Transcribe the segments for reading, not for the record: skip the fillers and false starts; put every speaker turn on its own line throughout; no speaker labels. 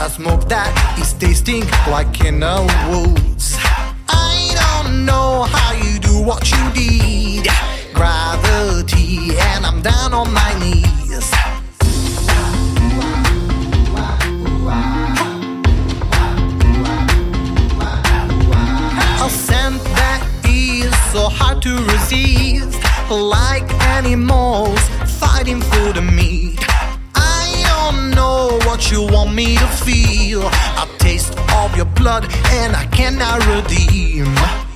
a smoke that is tasting like in a woods. I don't know how you do what you did. Gravity, and I'm down on my knees. A scent that is so hard to resist, like animals fighting for the meat. I don't know what you want me to feel. A taste of your blood and I cannot redeem.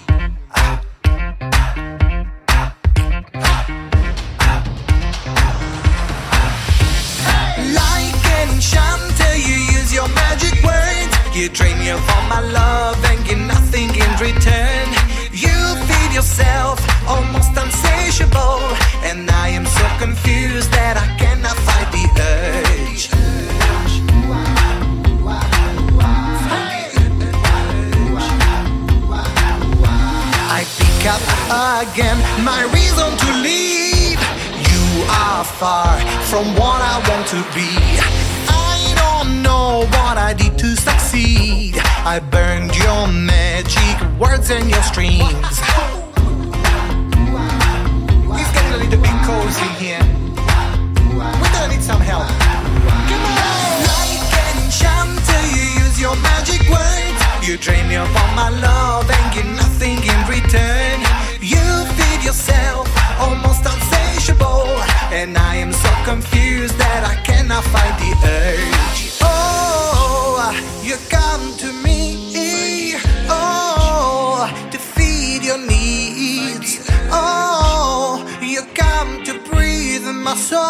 Like an enchanter, you use your magic words. You drain me of all my love and get nothing in return. You feed yourself, almost insatiable, and I am so confused that I cannot fight the urge. I pick up again my reason to leave. You are far from what I want to be. I don't know what I did to succeed. I burned your magic words and your streams. It's getting a little bit cozy here. We're gonna need some help. Come on! Like an enchanter, you use your magic words. You drain me of all my love and get nothing in return. You feed yourself, almost insatiable, and I am so confused that I cannot fight the urge. Oh, you come to me, oh, to feed your needs. Oh, you come to breathe in my soul,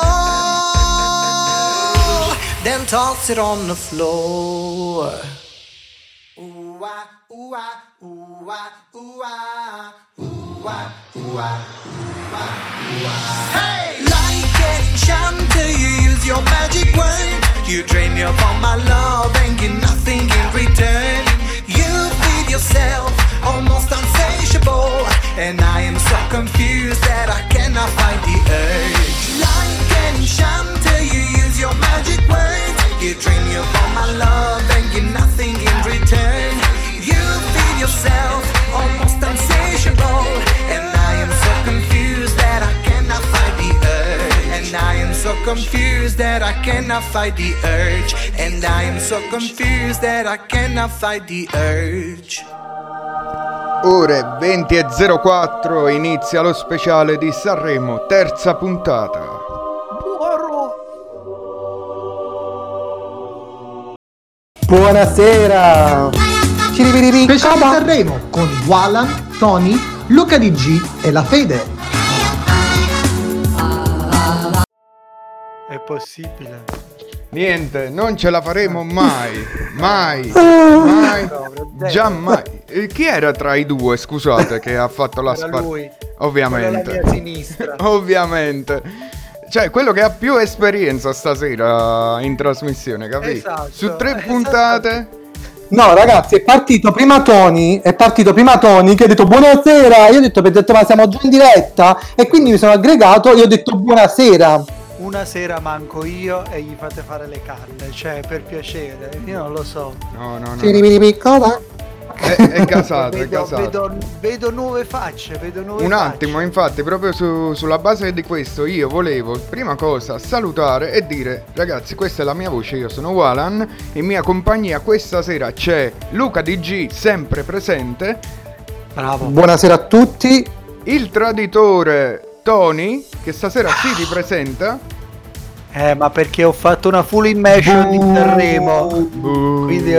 then toss it on the floor. Ooh ah, ooh ah, ooh ah, ooh ah, ooh ah, ooh ah, ooh ah, ooh ah. Hey! Like an enchanter, you use your magic word. You drain me of all my love and get nothing in return. You feed yourself, almost insatiable, and I am so confused that I cannot fight the urge. Like an enchanter, you use your magic word. You drain me of all my love and get nothing in return. You feed yourself, almost insatiable, and I am so confused that I cannot fight the urge. And I am so confused that I cannot fight the urge. And I am so confused that I cannot fight the urge.
Ore 20:04 inizia lo speciale di Sanremo, terza puntata.
Buonasera!
Speciale Sanremo con Walan, Tony, Luca DG e La Fede.
È possibile?
Niente, non ce la faremo mai, mai, già mai. Chi era tra i due, scusate, che ha fatto la
lui.
Ovviamente.
Alla mia sinistra.
Ovviamente. Cioè, quello che ha più esperienza stasera in trasmissione, capito?
Esatto.
Su 3 puntate.
No, ragazzi, è partito prima Tony che ha detto buonasera. Io ho detto ma siamo già in diretta, e quindi mi sono aggregato e ho detto buonasera.
Una sera manco io e gli fate fare le canne, cioè per piacere, io non lo so.
No.
Cosa?
È casato, è casato.
Vedo nuove facce,
Un attimo, infatti, proprio sulla base di questo io volevo, prima cosa, salutare e dire: ragazzi, questa è la mia voce, io sono Walan, in mia compagnia questa sera c'è Luca DG, sempre presente.
Bravo.
Buonasera a tutti.
Il traditore Tony, che stasera si ripresenta.
Ma perché ho fatto una full immersion di Sanremo. Quindi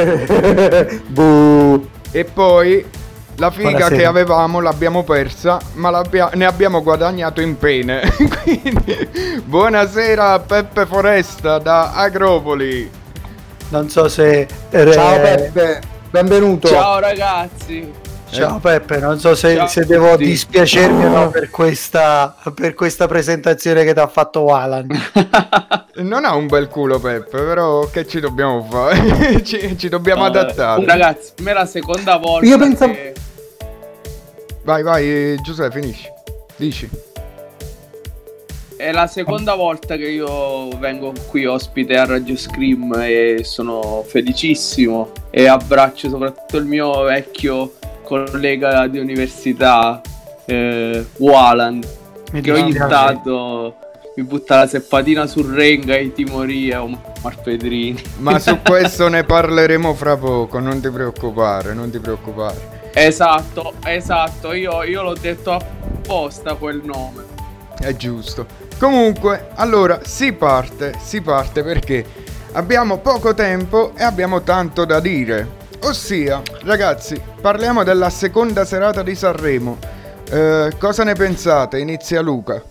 E poi la figa
Buonasera.
che avevamo l'abbiamo persa, ma ne abbiamo guadagnato in pene. Quindi buonasera a Peppe Foresta da Agropoli.
non so se
Ciao Peppe, benvenuto.
Ciao ragazzi.
Ciao Peppe, non so se devo dispiacermi o no per questa presentazione che ti ha fatto Walan.
Non ha un bel culo Peppe, però che ci dobbiamo fare? ci dobbiamo adattare.
Ragazzi, per me è la seconda volta.
Io penso-
che...
Vai Giuseppe, finisci. Dici.
È la seconda volta che io vengo qui ospite a Radio Scream e sono felicissimo e abbraccio soprattutto il mio vecchio collega di università, Walan, che ogni tanto mi butta la seppatina sul Renga e Timoria o Marpedrini.
Ma su questo ne parleremo fra poco, non ti preoccupare. Esatto, io l'ho detto apposta quel nome. È giusto. Comunque, allora si parte perché abbiamo poco tempo e abbiamo tanto da dire. Ossia, ragazzi, parliamo della seconda serata di Sanremo. Cosa ne pensate? Inizia Luca.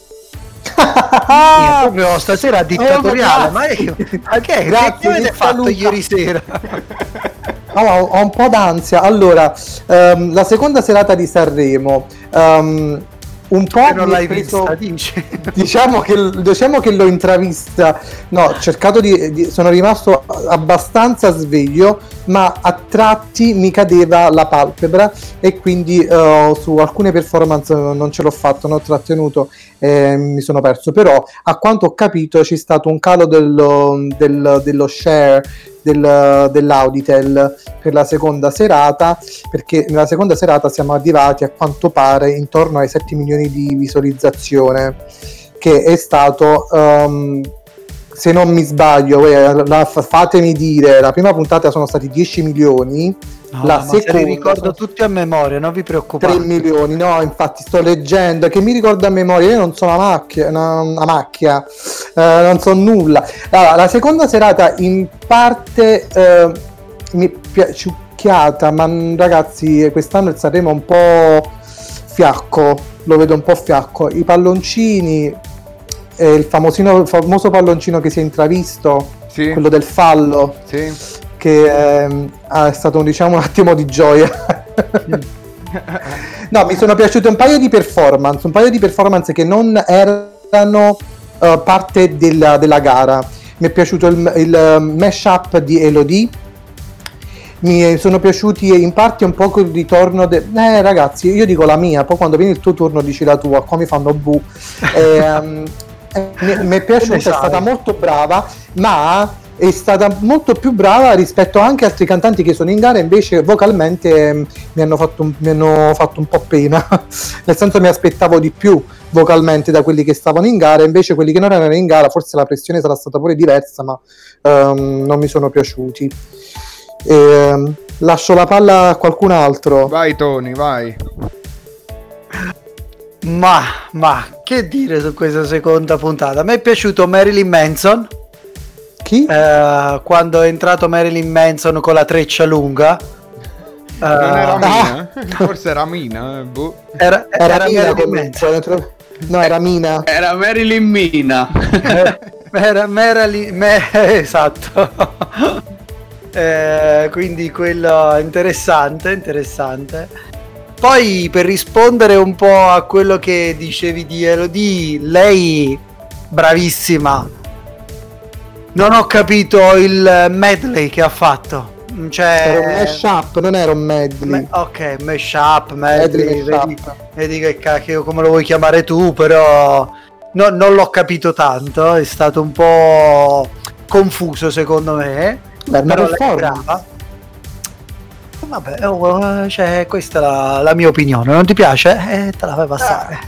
Proprio stasera dittatoriale, ma che avete fatto ieri sera?
Ho un po' d'ansia. Allora, la seconda serata di Sanremo, un po'
non
mi
l'hai
è preso,
vista, dice.
diciamo che l'ho intravista. No, ho cercato sono rimasto abbastanza sveglio, ma a tratti mi cadeva la palpebra e quindi su alcune performance non ce l'ho fatto, non ho trattenuto, mi sono perso. Però a quanto ho capito c'è stato un calo dello share dell'Auditel per la seconda serata, perché nella seconda serata siamo arrivati a quanto pare intorno ai 7 milioni di visualizzazione, che è stato, se non mi sbaglio, fatemi dire, la prima puntata sono stati 10 milioni, la seconda
se li ricordo tutti a memoria, non vi preoccupate.
3 milioni, no, infatti sto leggendo che mi ricordo a memoria, io non sono una macchia, non so nulla. Allora, la seconda serata in parte mi è piaciucchiata, ma ragazzi, quest'anno il Sanremo è un po' fiacco, lo vedo un po' fiacco. I palloncini, il famoso palloncino che si è intravisto, sì, quello del fallo, sì, che è stato un attimo di gioia. No, mi sono piaciute un paio di performance che non erano parte della gara. Mi è piaciuto il mashup di Elodie, mi sono piaciuti in parte un po' il ritorno ragazzi, io dico la mia, poi quando viene il tuo turno dici la tua, qua mi fanno bu. Mi è piaciuta, è stata molto brava, ma è stata molto più brava rispetto anche a altri cantanti che sono in gara, invece vocalmente mi hanno fatto un po' pena, nel senso mi aspettavo di più vocalmente da quelli che stavano in gara, invece quelli che non erano in gara forse la pressione sarà stata pure diversa, ma non mi sono piaciuti. Lascio la palla a qualcun altro.
Vai Tony, vai.
Ma che dire su questa seconda puntata? Mi è piaciuto Marilyn Manson.
Chi?
Quando è entrato Marilyn Manson con la treccia lunga.
Non era Mina? Forse era Mina.
Era Marilyn Manson. No, era Mina.
Era Marilyn Mina.
Era Marilyn, esatto. Quindi quello interessante. Poi per rispondere un po' a quello che dicevi di Elodie, lei bravissima. Non ho capito il medley che ha fatto.
Era un mashup, non era un medley.
Ok, mashup, medley. Vedi che cacchio, come lo vuoi chiamare tu, però non l'ho capito tanto. È stato un po' confuso secondo me. Però lei è brava. Vabbè, cioè, questa è la mia opinione. Non ti piace? Te la fai passare.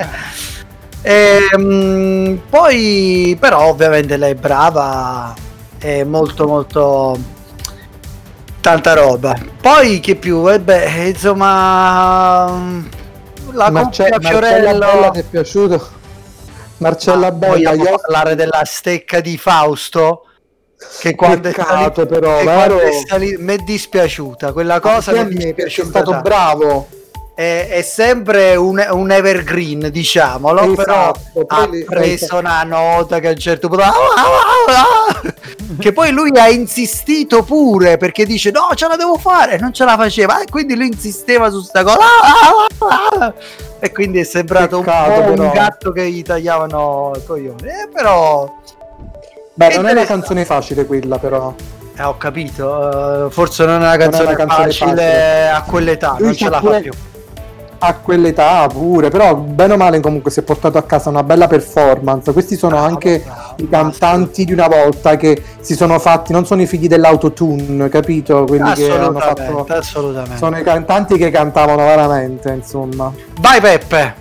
Poi però ovviamente lei è brava, è molto tanta roba. Poi che più? Insomma, la
Marcella Bella ti è piaciuto? Marcella Bella,
vogliamo parlare della stecca di Fausto? Che quando
peccato,
mi è dispiaciuta quella cosa,
mi è stato tanto. Bravo.
È sempre un evergreen, diciamolo, esatto, però ha preso una nota che a un certo punto che poi lui ha insistito pure, perché dice no, ce la devo fare, non ce la faceva, e quindi lui insisteva su sta cosa e quindi è sembrato un gatto che gli tagliavano il coglione, però
non è una canzone facile quella, però
ho capito, forse non è una canzone facile a quell'età, non ce la fa più.
a quell'età pure, però bene o male comunque si è portato a casa una bella performance. Questi sono anche i cantanti di una volta che si sono fatti, non sono i figli dell'autotune, capito? Quelli che hanno fatto,
assolutamente.
sono i cantanti che cantavano veramente, insomma.
Vai Peppe.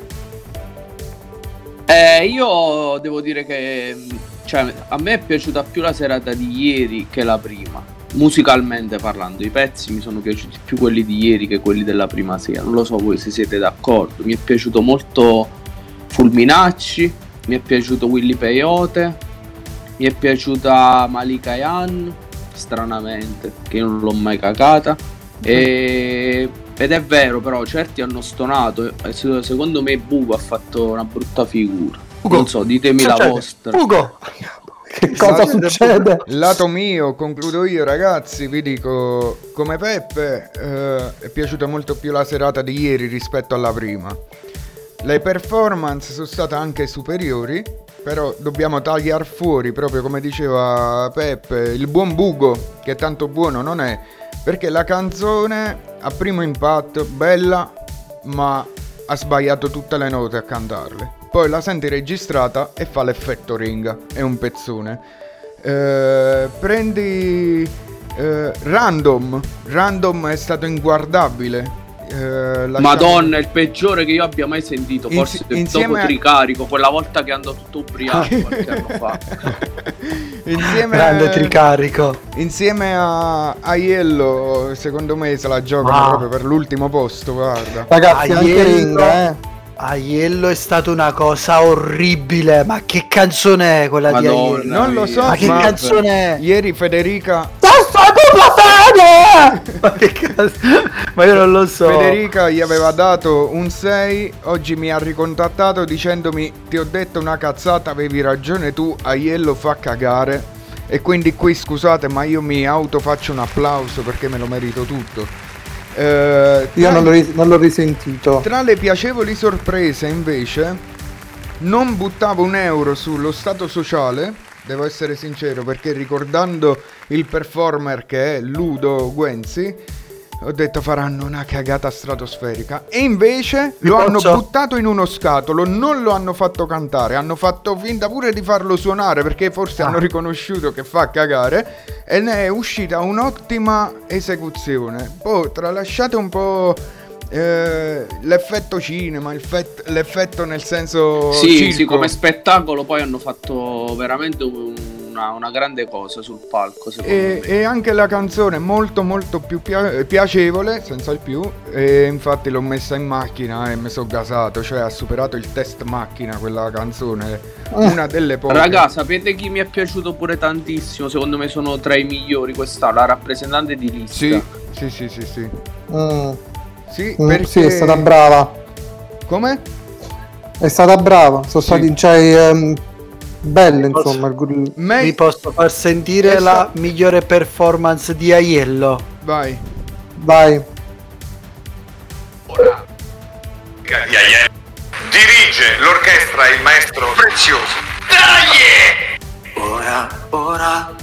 Io devo dire che a me è piaciuta più la serata di ieri che la prima. Musicalmente parlando, i pezzi mi sono piaciuti più quelli di ieri che quelli della prima sera. Non lo so voi se siete d'accordo. Mi è piaciuto molto Fulminacci, mi è piaciuto Willy Peyote, mi è piaciuta Malika Yan, stranamente, che io non l'ho mai cagata. Ed è vero, però certi hanno stonato. Secondo me Bugo ha fatto una brutta figura.
Ugo,
non so, ditemi la vostra.
Ugo,
che cosa succede?
Lato mio, concludo io, ragazzi, vi dico, come Peppe è piaciuta molto più la serata di ieri rispetto alla prima. Le performance sono state anche superiori, però dobbiamo tagliare fuori, proprio come diceva Peppe, il buon Bugo, che tanto buono non è, perché la canzone a primo impatto bella, ma ha sbagliato tutte le note a cantarle. Poi la senti registrata e fa l'effetto ringa, è un pezzone. Prendi Random è stato inguardabile.
Madonna, il peggiore che io abbia mai sentito, forse dopo Tricarico, quella volta che andò tutto ubriaco qualche anno fa.
Grande Tricarico.
Insieme a Aiello, secondo me se la giocano proprio per l'ultimo posto, guarda.
Ragazzi, anche Ringa,
Aiello è stata una cosa orribile. Ma che canzone è quella di Aiello?
Non lo so,
ma che canzone è?
Ieri Federica
ma io non lo so.
Federica gli aveva dato un 6. Oggi mi ha ricontattato dicendomi: ti ho detto una cazzata, avevi ragione tu, Aiello fa cagare. E quindi qui scusate, ma io mi autofaccio un applauso perché me lo merito tutto.
Io non l'ho risentito.
Tra le piacevoli sorprese invece, non buttavo un euro sullo stato sociale, devo essere sincero, perché ricordando il performer che è Ludo Guenzi, ho detto faranno una cagata stratosferica, e invece hanno buttato in uno scatolo, non lo hanno fatto cantare, hanno fatto finta pure di farlo suonare perché forse hanno riconosciuto che fa cagare, e ne è uscita un'ottima esecuzione. Poi tralasciate un po' l'effetto cinema, l'effetto nel senso
sì, come spettacolo poi hanno fatto veramente una grande cosa sul palco, secondo me.
E anche la canzone molto molto più piacevole, senza il più, e infatti l'ho messa in macchina e mi sono gasato, cioè ha superato il test macchina quella canzone, una delle poche.
Raga, sapete chi mi è piaciuto pure tantissimo? Secondo me sono tra i migliori quest'anno, la rappresentante di lista.
Sì.
Sì,
perché...
sì, è stata brava.
Come?
È stata brava, sono stati belle, insomma.
Vi posso far sentire la migliore performance di Aiello?
Vai.
Ora di Aiello dirige l'orchestra il maestro Prezioso. Dai!
Ora.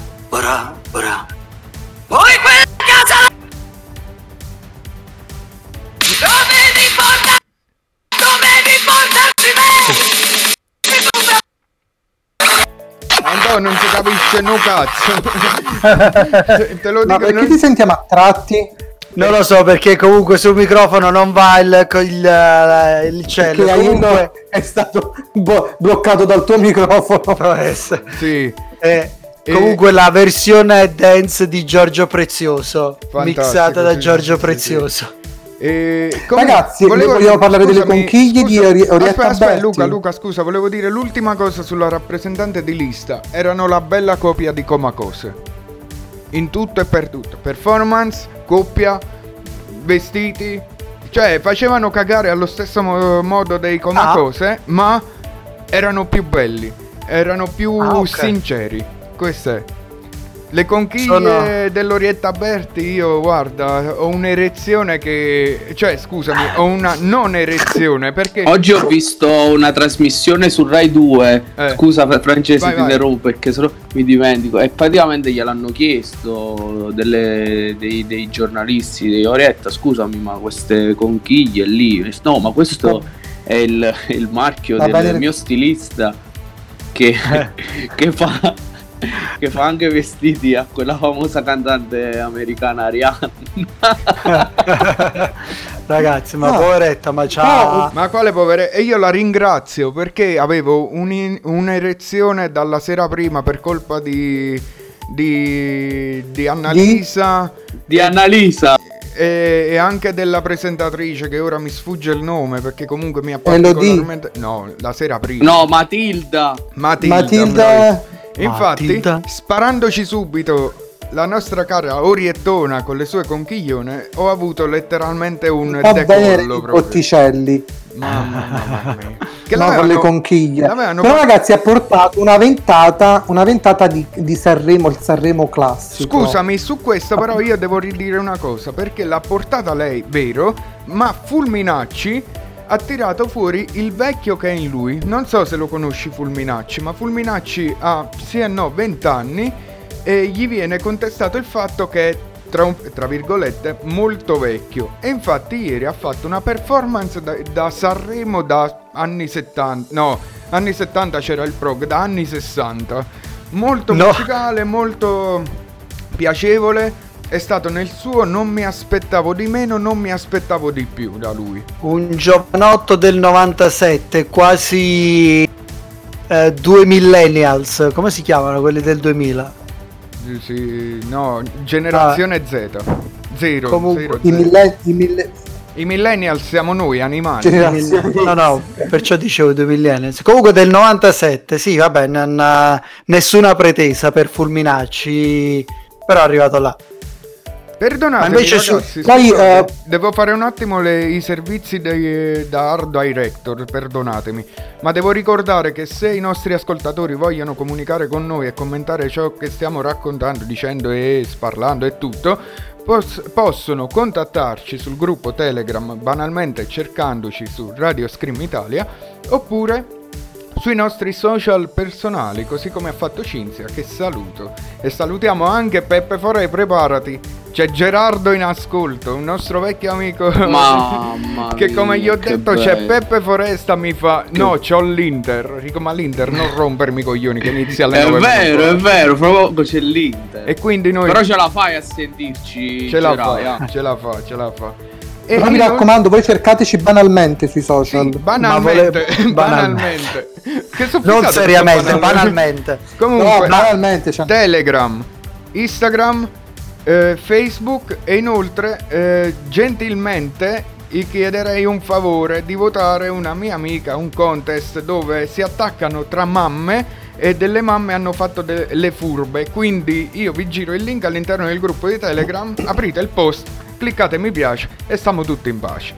Poi quella casa dovevi portarci me!
Antonio, non si capisce no cazzo. Te lo dico.
Ma perché ti sentiamo a tratti?
Non lo so, perché comunque sul microfono non va il cielo.
Perché comunque è stato bloccato dal tuo microfono.
Sì.
Comunque la versione dance di Giorgio Prezioso, mixata da Giorgio Prezioso.
Ragazzi, vogliamo parlare delle conchiglie di Orietta
Berti. Luca, scusa, volevo dire l'ultima cosa sulla rappresentante di lista. Erano la bella copia di Comacose, in tutto e per tutto. Performance, coppia, vestiti, cioè facevano cagare allo stesso modo dei Comacose, ma erano più belli, erano più sinceri. Questo è. Le conchiglie dell'Orietta Berti, io guarda, ho un'erezione che... Cioè, scusami, ho una non erezione, perché...
Oggi ho visto una trasmissione su Rai 2, scusa Francesco ti interrompo perché sennò mi dimentico, e praticamente gliel'hanno chiesto dei giornalisti di Orietta, scusami ma queste conchiglie lì, no ma questo è il marchio del mio stilista che fa anche vestiti a quella famosa cantante americana Ariana.
Ragazzi, ma poveretta, ma ciao.
Ma quale poveretta? E io la ringrazio perché avevo un'erezione dalla sera prima per colpa di Annalisa.
Di Annalisa.
E anche della presentatrice che ora mi sfugge il nome perché comunque mi ha particolarmente... No, la sera prima.
No, Matilda.
Infatti, sparandoci subito la nostra cara Oriettona con le sue conchiglione, ho avuto letteralmente un decollo proprio.
Botticelli.
Mamma mia.
Che con le conchiglie. Però ragazzi ha portato una ventata di Sanremo, il Sanremo classico.
Scusami, su questo però io devo ridire una cosa, perché l'ha portata lei, vero, ma Fulminacci ha tirato fuori il vecchio che è in lui. Non so se lo conosci Fulminacci, ma Fulminacci ha 20 anni e gli viene contestato il fatto che è tra virgolette molto vecchio. E infatti ieri ha fatto una performance da Sanremo da anni 70. No, anni 70 c'era il prog, da anni 60. Molto musicale, molto piacevole. È stato nel suo, non mi aspettavo di meno, non mi aspettavo di più da lui.
Un giovanotto del 97, quasi 2 millennials, come si chiamano quelli del 2000?
Sì, no, generazione Z. Zero.
Comunque,
I millennials siamo noi, animali.
No, perciò dicevo 2 millennials. Comunque del 97, sì, vabbè, nessuna pretesa per Fulminacci, però è arrivato là.
Perdonatemi ragazzi, devo fare un attimo i servizi da Art Director, perdonatemi, ma devo ricordare che se i nostri ascoltatori vogliono comunicare con noi e commentare ciò che stiamo raccontando, dicendo e parlando e tutto, possono contattarci sul gruppo Telegram, banalmente cercandoci su Radio Scream Italia, oppure sui nostri social personali, così come ha fatto Cinzia, che saluto. E salutiamo anche Peppe Forè, preparati, c'è Gerardo in ascolto, un nostro vecchio amico.
Mamma
che come gli ho detto
bello.
C'è Peppe Foresta, mi fa no, c'ho l'Inter. Dico ma l'Inter non rompermi i coglioni che inizia alle 9.
È vero, proprio c'è l'Inter.
E quindi noi
però ce la fai a sentirci.
Ce la fa. E
però mi raccomando, voi cercateci banalmente sui social.
Sì, banalmente. Che
non seriamente, banalmente.
Comunque,
banalmente,
Telegram, Instagram, Facebook e inoltre gentilmente gli chiederei un favore di votare una mia amica, un contest dove si attaccano tra mamme e delle mamme hanno fatto le furbe, quindi io vi giro il link all'interno del gruppo di Telegram, aprite il post, cliccate mi piace e stiamo tutti in pace.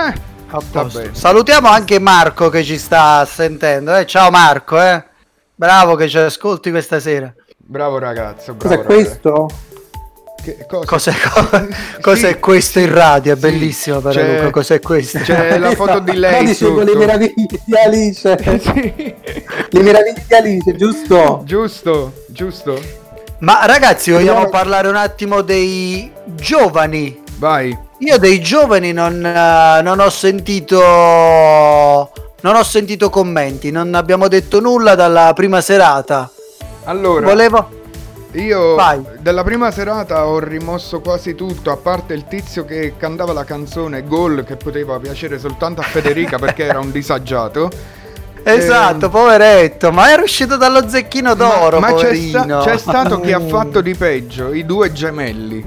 Salutiamo anche Marco che ci sta sentendo, ciao Marco, bravo che ci ascolti questa sera.
Bravo ragazzo,
bravo. Cos'è questo?
Cos'è questo in radio? È bellissimo però Luca, cos'è questo?
C'è la foto di lei sotto.
Le meraviglie di Alice.
Sì.
Le meraviglie di Alice, giusto?
Ma ragazzi, vogliamo parlare un attimo dei giovani?
Vai.
Io dei giovani non ho sentito commenti, non abbiamo detto nulla dalla prima serata.
Allora, io della prima serata ho rimosso quasi tutto, a parte il tizio che cantava la canzone Gol, che poteva piacere soltanto a Federica perché era un disagiato.
Esatto, poveretto, ma era uscito dallo zecchino d'oro,
ma
poverino.
c'è stato chi ha fatto di peggio, i due gemelli.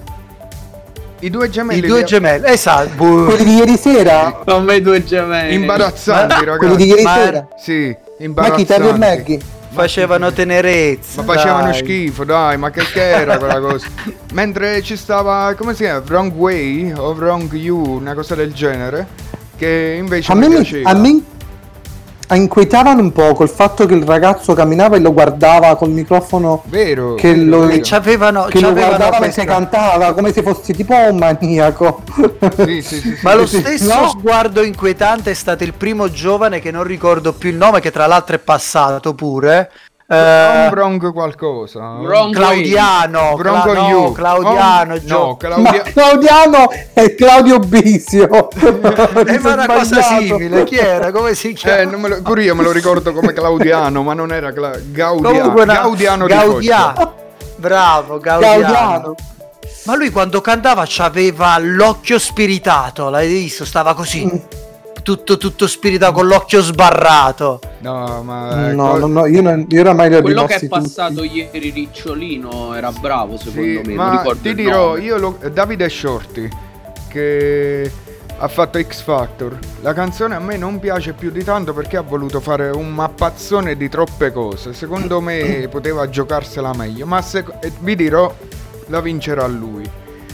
Esatto.
Quelli di ieri sera?
A me i due gemelli.
Imbarazzanti, ragazzi.
Quelli di ieri sera?
Sì, imbarazzanti.
Ma chi, Terry e Maggie?
Facevano tenerezza.
Ma facevano schifo, dai, ma che era quella cosa? Mentre ci stava, come si chiama? Wrong Way o Wrong You, una cosa del genere, che invece
a inquietavano un po' col fatto che il ragazzo camminava e lo guardava col microfono,
Vero.
che lo
C'avevano
guardava mentre
questa-
cantava come se fossi tipo un maniaco.
Sì.
Ma lo stesso
No.
sguardo inquietante è stato il primo giovane che non ricordo più il nome, che tra l'altro è passato pure.
Bronco qualcosa.
Claudiano,
Bronco
no,
you.
Claudiano,
No,
Ma Claudiano è Claudio Bisio.
ma una cosa simile, chi era? Come si chiama?
pure io me lo ricordo come Claudiano, ma non era
Comunque
Gaudiano di Foggia.
Bravo,
Claudiano.
Ma lui quando cantava c'aveva l'occhio spiritato, l'hai visto? Stava così. Tutto spiritato con l'occhio sbarrato.
No, ma
No, io oramai li ho
Quello che è
rimossi
passato
tutti.
ieri Ricciolino era bravo, secondo
sì,
me. non
ma
ricordo
ti
il
dirò,
nome.
Davide Shorty che ha fatto X Factor. La canzone a me non piace più di tanto perché ha voluto fare un mappazzone di troppe cose. Secondo me poteva giocarsela meglio, ma vi dirò, la vincerà lui.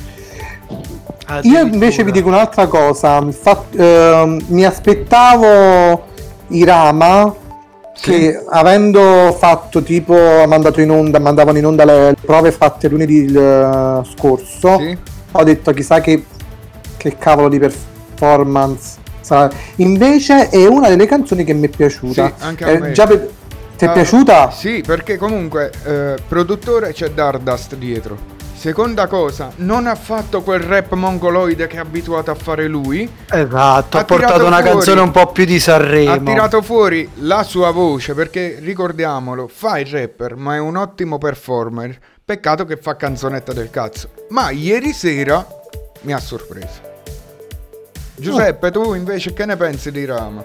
Io invece vi dico un'altra cosa. Mi aspettavo Irama che avendo fatto tipo mandavano in onda le prove fatte lunedì scorso,
Sì.
ho detto chissà che cavolo di performance sarà. Invece è una delle canzoni che mi è piaciuta.
Sì, anche a me.
Ti è piaciuta?
Sì, perché comunque produttore c'è Dardust dietro. Seconda cosa, non ha fatto quel rap mongoloide che è abituato a fare lui.
Esatto, ha
Ha
portato
tirato
una
fuori-
canzone un po' più di Sanremo.
Ha tirato fuori la sua voce perché, ricordiamolo, fa il rapper ma è un ottimo performer. Peccato che fa canzonetta del cazzo. Ma ieri sera mi ha sorpreso. Giuseppe, tu invece che ne pensi di Rama?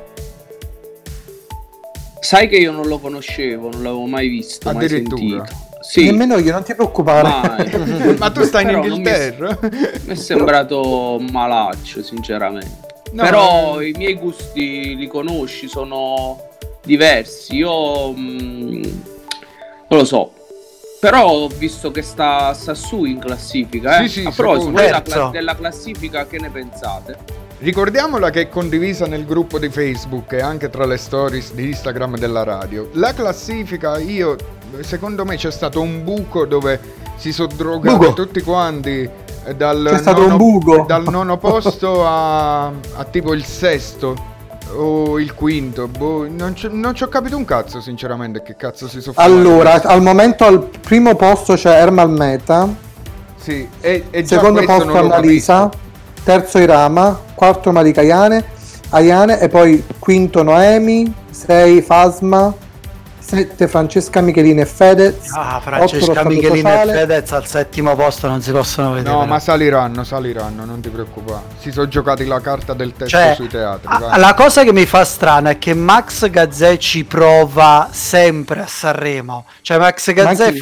Sai che io non lo conoscevo, non l'avevo mai visto, mai
Addirittura.
sentito. Sì,
Nemmeno io, non ti preoccupare.
mai.
Ma tu stai in
Però non
Inghilterra?
Mi è sembrato malaccio, sinceramente.
No,
Però i miei gusti li conosci, sono diversi. Io non lo so. Però ho visto che sta su in classifica.
Sì,
A proposito,
secondo.
voi della
Terzo.
della classifica che ne pensate?
Ricordiamola che è condivisa nel gruppo di Facebook e anche tra le stories di Instagram della radio. La classifica, secondo me c'è stato un buco dove si sono drogati
Buco.
tutti quanti dal
C'è stato un buco.
dal nono posto a tipo il sesto o il quinto. Non ci ho capito un cazzo sinceramente che cazzo si sono
Allora, al momento al primo posto c'è Ermal Meta,
sì, e già
secondo
questo
posto
non lo
Annalisa,
capisco.
terzo Irama, quarto Malika Ayane e poi quinto Noemi, 6 Fasma, 7 Francesca Michelini e Fedez,
Ah,
8
Francesca
Lo
Michelini e
Stato Sociale.
Fedez al settimo posto non si possono vedere.
No,
però.
ma saliranno, non ti preoccupare. Si sono giocati la carta del testo
Cioè,
sui teatri. vai.
la cosa che mi fa strano è che Max Gazzè ci prova sempre a Sanremo. Cioè Max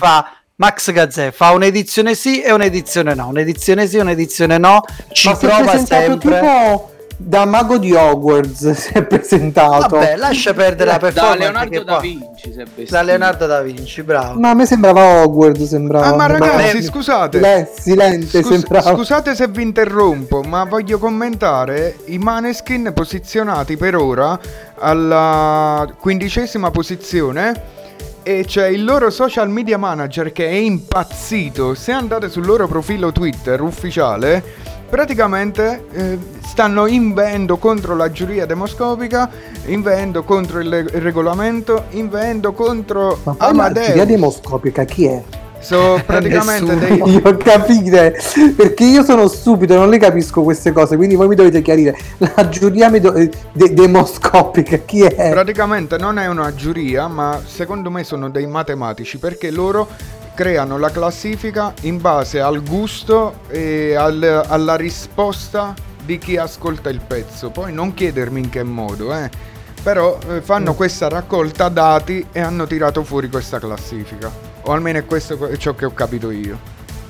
Gazzè fa un'edizione sì e un'edizione no, un'edizione sì e un'edizione no, ci
Ma si è
prova
presentato
sempre.
tipo da mago di Hogwarts, si è presentato.
Vabbè, lascia perdere la
Da
performance.
Leonardo
che
da
poi-
Vinci si è vestito.
Da Leonardo da Vinci, bravo.
Ma a me sembrava Hogwarts, sembrava.
Ah, ma ragazzi,
Vabbè,
scusate.
Silente, sembrava.
Scusate se vi interrompo, ma voglio commentare i Maneskin posizionati per ora alla 15ª posizione. E c'è il loro social media manager che è impazzito. Se andate sul loro profilo Twitter ufficiale, praticamente stanno inveendo contro la giuria demoscopica, inveendo contro il regolamento, inveendo contro
Ma poi la giuria
Amadeus.
demoscopica chi è?
Sono praticamente
Nessuno.
dei...
Io capire, perché io sono stupido, non le capisco queste cose, quindi voi mi dovete chiarire. La giuria demoscopica chi è?
Praticamente non è una giuria, ma secondo me sono dei matematici, perché loro creano la classifica in base al gusto e alla risposta di chi ascolta il pezzo. Poi non chiedermi in che modo, però fanno questa raccolta dati e hanno tirato fuori questa classifica. O almeno è questo ciò che ho capito io.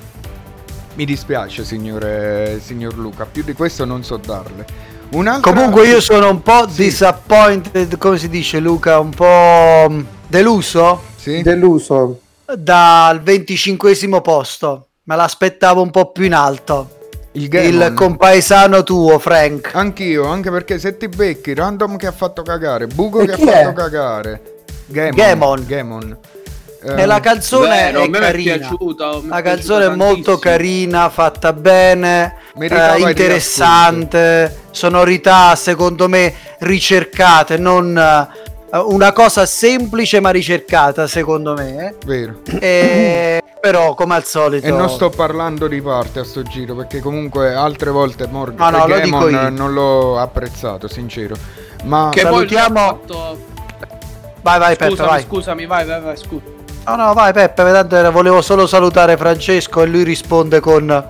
Mi dispiace, signor Luca, più di questo non so darle. Un'altra...
Comunque io sono un po'
Sì.
disappointed, come si dice Luca, un po' deluso
Sì?
Deluso.
dal 25esimo posto. Me l'aspettavo un po' più in alto. il compaesano tuo, Frank.
Anch'io, anche perché se ti becchi Random che ha fatto cagare, Buco
E
che ha
chi
fatto
è?
cagare, Gamon.
E la canzone
Vero, a
è
me
carina.
è piaciuta.
La canzone è molto carina, fatta bene,
Meritava il
interessante, sonorità secondo me ricercate, non una cosa semplice ma ricercata secondo me.
Vero.
Però come al solito.
E non sto parlando di parte a sto giro, perché comunque altre volte
No, lo dico io.
Gamon non l'ho apprezzato, sincero. Ma
Che
salutiamo-
poi lui ha fatto...
Vai Peppe, vai.
Scusami, vai, scusa.
No, vai Peppe, tanto volevo solo salutare Francesco e lui risponde con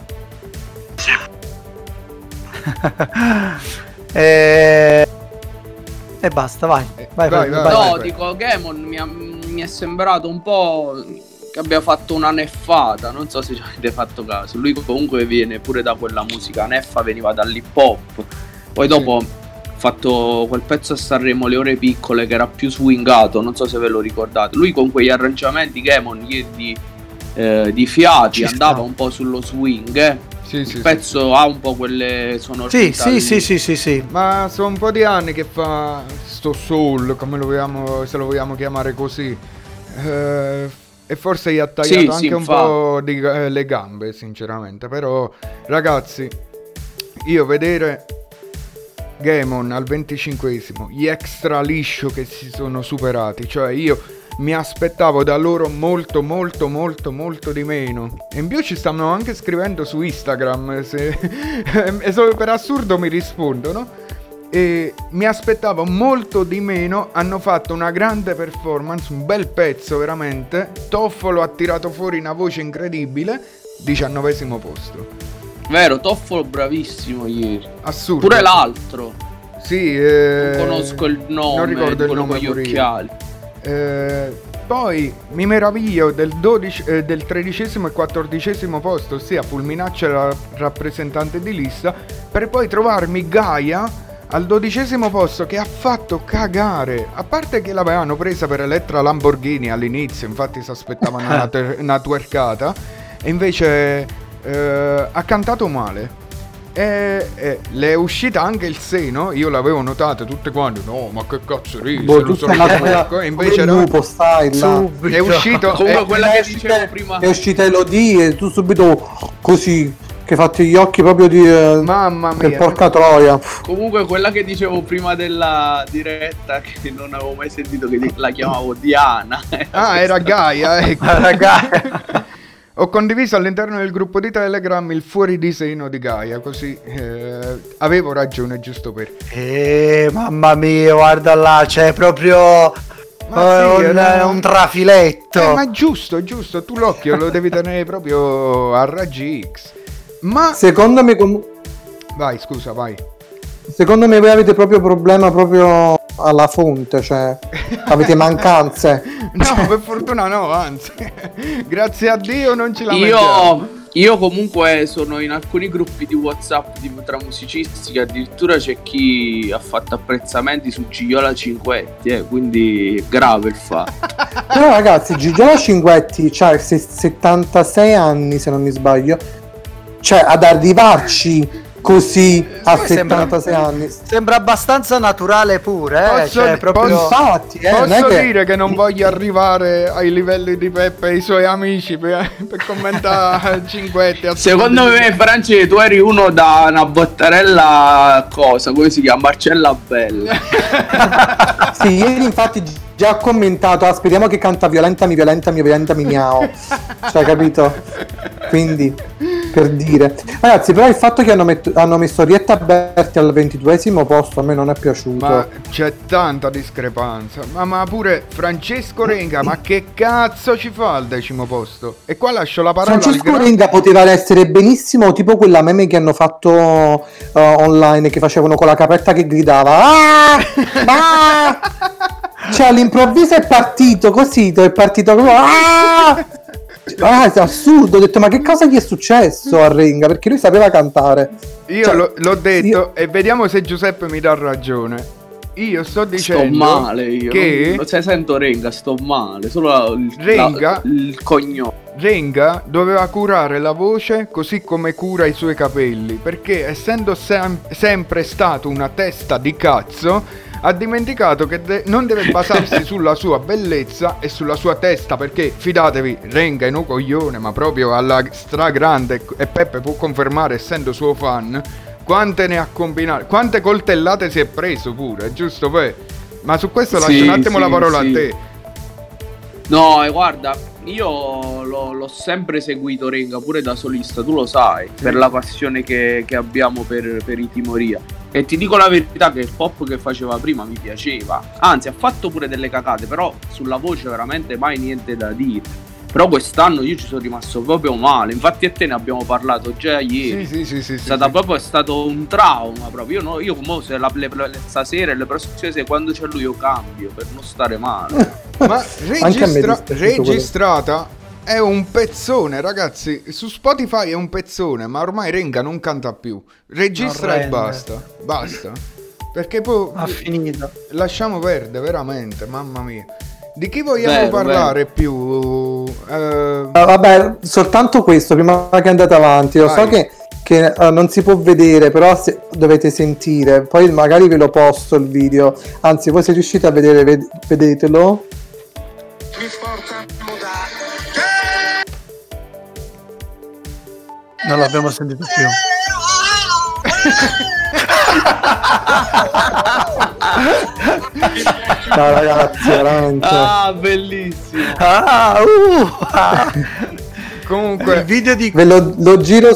e basta, vai.
vai.
No, dico, Gamon mi è sembrato un po' che abbia fatto una neffata, non so se ci avete fatto caso. Lui comunque viene pure da quella musica, Neffa veniva dall'hip hop, poi dopo ha fatto quel pezzo a Sanremo, Le ore piccole, che era più swingato, non so se ve lo ricordate. Lui con quegli arrangiamenti Gamon di fiati
Ci
andava
sta.
un po' sullo swing, il pezzo ha un po' quelle sonorità lì.
Sì.
Ma sono un po' di anni che fa sto soul, come se lo vogliamo chiamare così. E forse gli ha tagliato anche un po' le gambe, sinceramente. Però, ragazzi, io vedere Gamon al 25esimo, gli extra liscio che si sono superati, cioè io mi aspettavo da loro molto di meno. E in più ci stanno anche scrivendo su Instagram e solo per assurdo mi rispondono. E mi aspettavo molto di meno. Hanno fatto una grande performance, un bel pezzo veramente. Toffolo ha tirato fuori una voce incredibile. 19esimo posto.
Vero, Toffolo bravissimo ieri.
Assurdo.
Pure l'altro.
Sì,
non conosco il nome,
non ricordo il
quello
nome
con gli
pure io.
occhiali.
Poi mi meraviglio del 13esimo e 14esimo posto, ossia Fulminaccia la rappresentante di lista, per poi trovarmi Gaia al 12esimo posto, che ha fatto cagare. A parte che l'avevano presa per Elettra Lamborghini all'inizio, infatti si aspettavano una twerkata, e invece ha cantato male. E le è uscita anche il seno, io l'avevo notato tutte quante. No, ma che cazzo ridi? E invece era
lupo, stai là.
è uscito.
Comunque quella che dicevo prima,
è uscita Elodie e tu subito così, che hai fatto gli occhi proprio di
mamma
per
mia,
porca troia.
comunque quella che dicevo prima della diretta, che non avevo mai sentito, che la chiamavo Diana.
era Gaia, ecco.
Ragazzi,
Ho condiviso all'interno del gruppo di Telegram il fuoridisegno di Gaia, così avevo ragione giusto per.
mamma mia, guarda là, c'è proprio un trafiletto.
Ma è giusto, tu l'occhio lo devi tenere proprio a raggi X. Ma
Secondo me
vai, scusa, vai.
Secondo me voi avete proprio problema proprio alla fonte, cioè avete mancanze.
No, per fortuna no, anzi. Grazie a Dio non ce lamentiamo.
Io comunque sono in alcuni gruppi di WhatsApp tra musicisti, che addirittura c'è chi ha fatto apprezzamenti su Gigiola Cinquetti, quindi è grave il fatto.
Però ragazzi, Gigiola Cinquetti c'ha 76 anni, se non mi sbaglio. Cioè, ad arrivarci così a 76 anni
Sembra abbastanza naturale pure, cioè, proprio...
Infatti,
posso dire che non voglio arrivare ai livelli di Peppe e i suoi amici per commentare Cinquetti.
Secondo me, Franci, tu eri uno da una bottarella, cosa, come si chiama? Marcella Bella.
Sì, ieri infatti già ho commentato, aspettiamo che canta violentami miau. Cioè, capito? Quindi, per dire. Ragazzi, però il fatto che hanno messo Rietta Berti al 22esimo posto a me non è piaciuto.
Ma c'è tanta discrepanza. Ma pure Francesco Renga, ma che cazzo ci fa al 10° posto? E qua lascio la parola
Francesco Renga poteva essere benissimo tipo quella meme che hanno fatto online, che facevano con la capretta che gridava cioè all'improvviso è partito così, è partito proprio è assurdo. Ho detto, ma che cosa gli è successo a Renga? Perché lui sapeva cantare.
Io l'ho detto, e vediamo se Giuseppe mi dà ragione. io sto dicendo
male io.
che
non se sento Renga, sto male. Solo il cognome.
Renga doveva curare la voce così come cura i suoi capelli, perché essendo sempre stato una testa di cazzo, ha dimenticato che non deve basarsi sulla sua bellezza e sulla sua testa, perché fidatevi, Renga è un coglione, ma proprio alla stragrande, e Peppe può confermare essendo suo fan, quante ne ha combinate, quante coltellate si è preso pure, giusto Pe? Ma su questo lascio un attimo la parola a te.
No, guarda, io l'ho sempre seguito Renga pure da solista, tu lo sai, per la passione che abbiamo per i Timoria. E ti dico la verità che il pop che faceva prima mi piaceva, anzi ha fatto pure delle cacate, però sulla voce veramente mai niente da dire. Però quest'anno io ci sono rimasto proprio male, infatti a te ne abbiamo parlato già ieri.
Sì.
Proprio è stato un trauma proprio. Io come se stasera e le prossime sere quando c'è lui io cambio per non stare male.
Ma registrata è un pezzone, ragazzi. Su Spotify è un pezzone, ma ormai Renga non canta più. Registra e basta. Perché poi
ha finito.
Lasciamo perdere, veramente, mamma mia. Di chi vogliamo parlare più?
Vabbè, soltanto questo, prima che andate avanti. Lo so che non si può vedere, però dovete sentire. Poi magari ve lo posto il video. Anzi, voi se riuscite a vedere, vedetelo.
Non l'abbiamo sentito più.
No ragazzi, veramente.
Ah, bellissimo.
Comunque
il video di
lo giro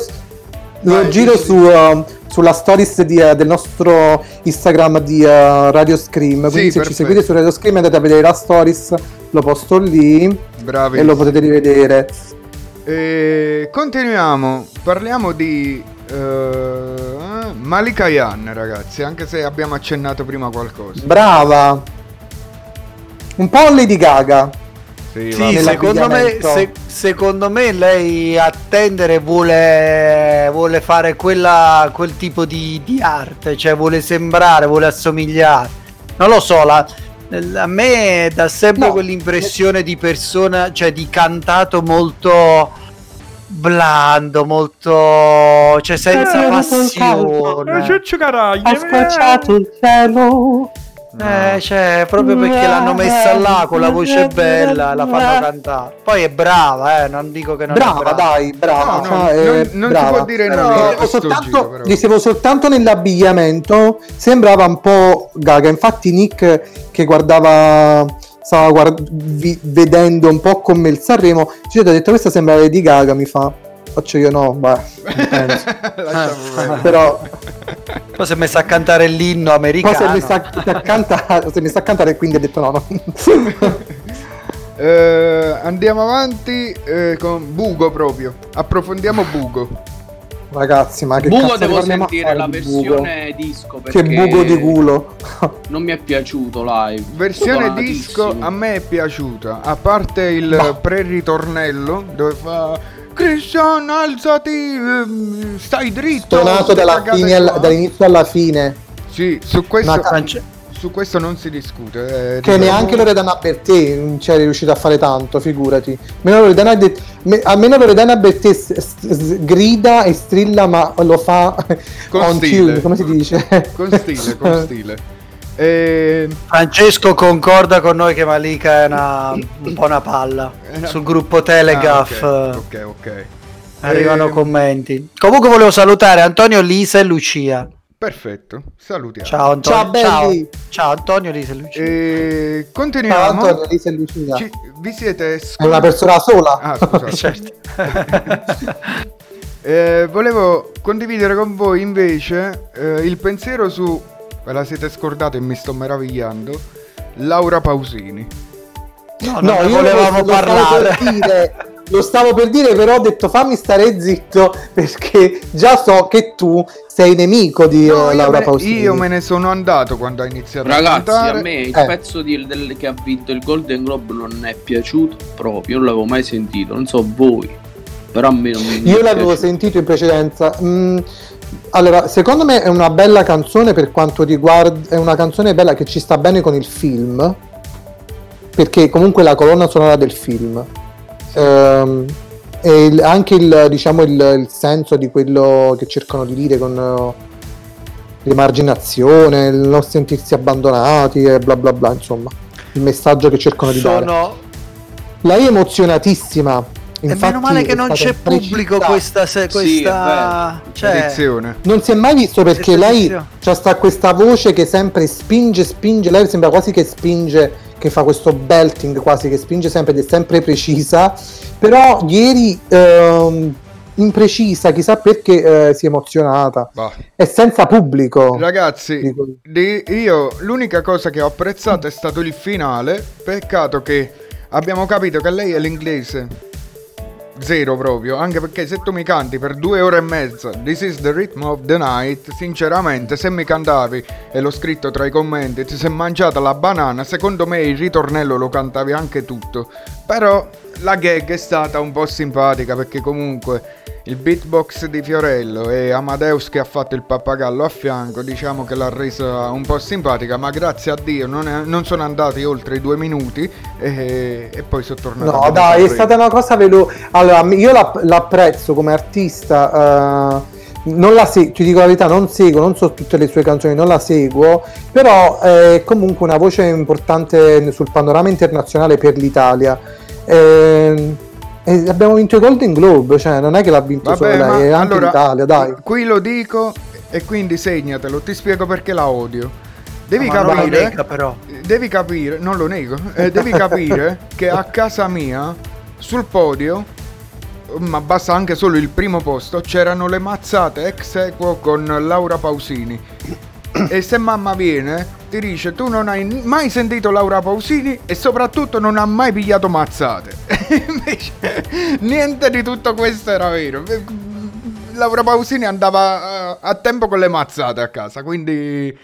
sulla stories del nostro Instagram di Radio Scream. Quindi se ci seguite su Radio Scream andate a vedere la stories, lo posto lì.
Bravi.
E lo potete rivedere.
Continuiamo, parliamo di Malika Ayane, ragazzi, anche se abbiamo accennato prima qualcosa.
Brava. Un po' Lady Gaga.
Sì, secondo me lei a tendere vuole fare quel tipo di arte, cioè vuole sembrare, vuole assomigliare. Non lo so, a me dà sempre quell'impressione di persona, cioè di cantato molto blando, molto, cioè senza passione.
Ha scocciato il cielo.
Cioè, proprio perché l'hanno messa là con la voce bella, la fanno cantare. Poi è brava, non dico che non
brava,
è brava.
dai, brava.
Non
brava.
si può dire nulla.
Dicevo soltanto nell'abbigliamento sembrava un po' Gaga. Infatti Nick che stava vedendo un po' come il Sanremo, ci ha detto questa sembra Lady Gaga, mi fa. Faccio io no, però
poi si è messa a cantare l'inno americano.
Poi si è messa a cantare e quindi ha detto no.
Andiamo avanti con Bugo proprio. Approfondiamo Bugo.
Ragazzi, ma che
Bugo
cazzo
devo sentire la versione disco perché
che buco di culo.
Non mi è piaciuto live.
Versione disco a me è piaciuta, a parte il pre-ritornello dove fa Christian, alzati, stai dritto.
Suonato dall'inizio alla fine.
Sì, su questo non si discute.
Che neanche Loredana Bertè c'è riuscito a fare tanto, figurati. Almeno Loredana Bertè grida e strilla, ma lo fa
con stile.
Tune, come si dice?
Con stile.
Francesco concorda con noi che Malika è un po' una palla. Sul gruppo Telegraph
ok.
arrivano commenti. Comunque volevo salutare Antonio, Lisa e Lucia.
Perfetto, salutiamo.
Ciao Antonio.
Ciao belli.
Ciao Antonio, Lisa e Lucia.
Ciao
Continuiamo.
Antonio, Lisa e Lucia.
Vi siete
È una persona sola.
Ah, scusate.
Certo.
Volevo condividere con voi invece il pensiero su, ve la siete scordati e mi sto meravigliando, Laura Pausini.
No, io volevamo parlare.
Lo stavo per dire, però ho detto fammi stare zitto perché già so che tu sei nemico di Laura Pausini.
Io me ne sono andato quando ha iniziato
a cantare.
Ragazzi,
a me il pezzo che ha vinto il Golden Globe non è piaciuto proprio, non l'avevo mai sentito, non so voi, però a me non mi
Io l'avevo sentito in precedenza. Allora, secondo me è una bella canzone per quanto riguarda, è una canzone bella che ci sta bene con il film, perché comunque la colonna sonora del film e anche il senso di quello che cercano di dire con l'emarginazione, il non sentirsi abbandonati e bla bla bla, insomma, il messaggio che cercano di dare. Lei è emozionatissima. Infatti,
meno male che non c'è pubblico questa
edizione.
Non si è mai visto, perché lei sta questa voce che sempre spinge, lei sembra quasi che spinge, che fa questo belting quasi, che spinge sempre ed è sempre precisa, però ieri imprecisa, chissà perché si è emozionata. È senza pubblico.
Ragazzi, io l'unica cosa che ho apprezzato è stato il finale. Peccato che abbiamo capito che lei è l'inglese zero proprio, anche perché se tu mi canti per 2 ore e mezza This is the rhythm of the night, sinceramente se mi cantavi, e l'ho scritto tra i commenti, ti sei mangiata la banana, secondo me il ritornello lo cantavi anche tutto. Però la gag è stata un po' simpatica, perché comunque il beatbox di Fiorello e Amadeus che ha fatto il pappagallo a fianco, diciamo che l'ha resa un po' simpatica, ma grazie a Dio non sono andati oltre i 2 minuti e poi sono tornato.
No dai, è stata una cosa Allora, io l'apprezzo come artista, ti dico la verità, non so tutte le sue canzoni, non la seguo, però è comunque una voce importante sul panorama internazionale per l'Italia. E abbiamo vinto i Golden Globe, cioè non è che l'ha vinto solo lei, è anche
allora,
l'Italia, dai.
Qui lo dico e quindi segnatelo, ti spiego perché la odio. Devi capire, non lo nego, devi capire che a casa mia, sul podio, ma basta anche solo il primo posto, c'erano le mazzate ex equo con Laura Pausini. E se mamma viene ti dice tu non hai mai sentito Laura Pausini e soprattutto non ha mai pigliato mazzate. Invece niente di tutto questo era vero. Laura Pausini andava a tempo con le mazzate a casa, quindi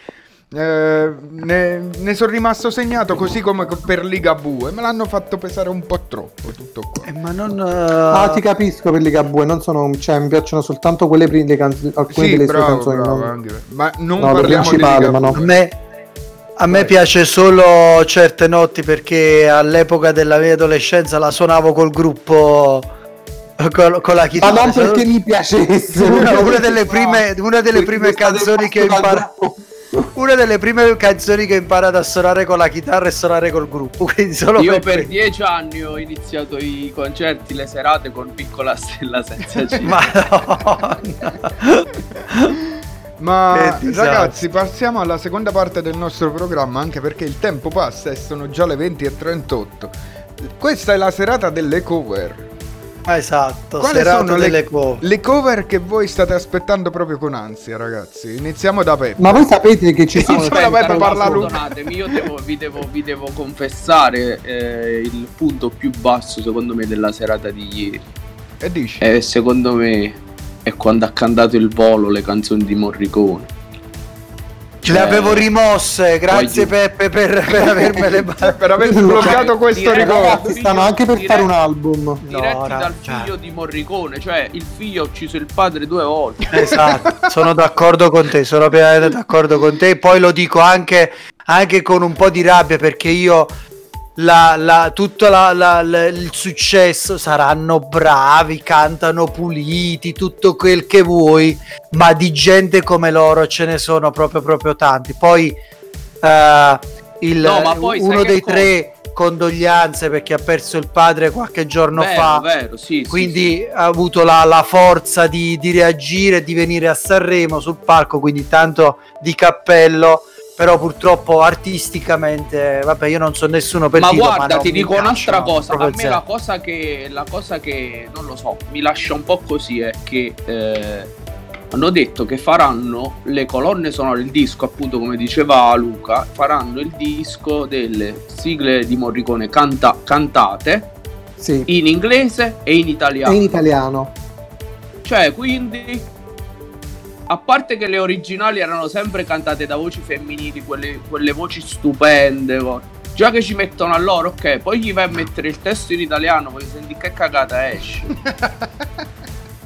ne sono rimasto segnato, così come per Ligabue. Me l'hanno fatto pesare un po' troppo tutto qua.
Ma non
ti capisco per Ligabue, non sono, cioè mi piacciono soltanto quelle alcune delle sue canzoni,
ma non parliamo di Ligabue.
ma no.
A me piace solo certe notti, perché all'epoca della mia adolescenza la suonavo col gruppo con la chitarra.
Ma non perché mi piacesse.
Una delle prime canzoni che ho imparato. Una delle prime canzoni che ho imparato a suonare con la chitarra e suonare col gruppo. Quindi
io per 10 anni ho iniziato i concerti, le serate con Piccola Stella senza C.
Ma ragazzi, passiamo alla seconda parte del nostro programma, anche perché il tempo passa e sono già le 20:38. Questa è la serata delle cover.
Esatto,
quali sono le cover che voi state aspettando proprio con ansia, ragazzi? Iniziamo da Peppe.
Ma voi sapete che ci sono
perdonatemi, io vi devo confessare il punto più basso secondo me della serata di ieri.
E dici?
Secondo me è quando ha cantato il volo le canzoni di Morricone.
Le avevo rimosse, grazie Peppe per avermele
per aver sbloccato questo ricordo.
Stanno anche per fare un album
diretti dal figlio di Morricone, cioè il figlio ha ucciso il padre 2 volte.
Esatto, sono d'accordo con te, sono pienamente d'accordo con te. Poi lo dico anche con un po' di rabbia, perché io tutto il successo, saranno bravi, cantano puliti, tutto quel che vuoi, ma di gente come loro ce ne sono proprio tanti. Poi uno dei tre, condoglianze perché ha perso il padre qualche giorno fa,
sì,
quindi ha avuto la forza di reagire e di venire a Sanremo sul palco, quindi tanto di cappello. Però purtroppo artisticamente, vabbè, io non so nessuno per dirlo,
guarda, ti dico un'altra cosa. A me la cosa che non lo so, mi lascia un po' così è che hanno detto che faranno le colonne sonore, il disco, appunto, come diceva Luca, faranno il disco delle sigle di Morricone cantate in inglese e in italiano. Cioè, quindi, a parte che le originali erano sempre cantate da voci femminili, quelle voci stupende, già che ci mettono a loro, ok, poi gli vai a mettere il testo in italiano, poi senti che cagata esce.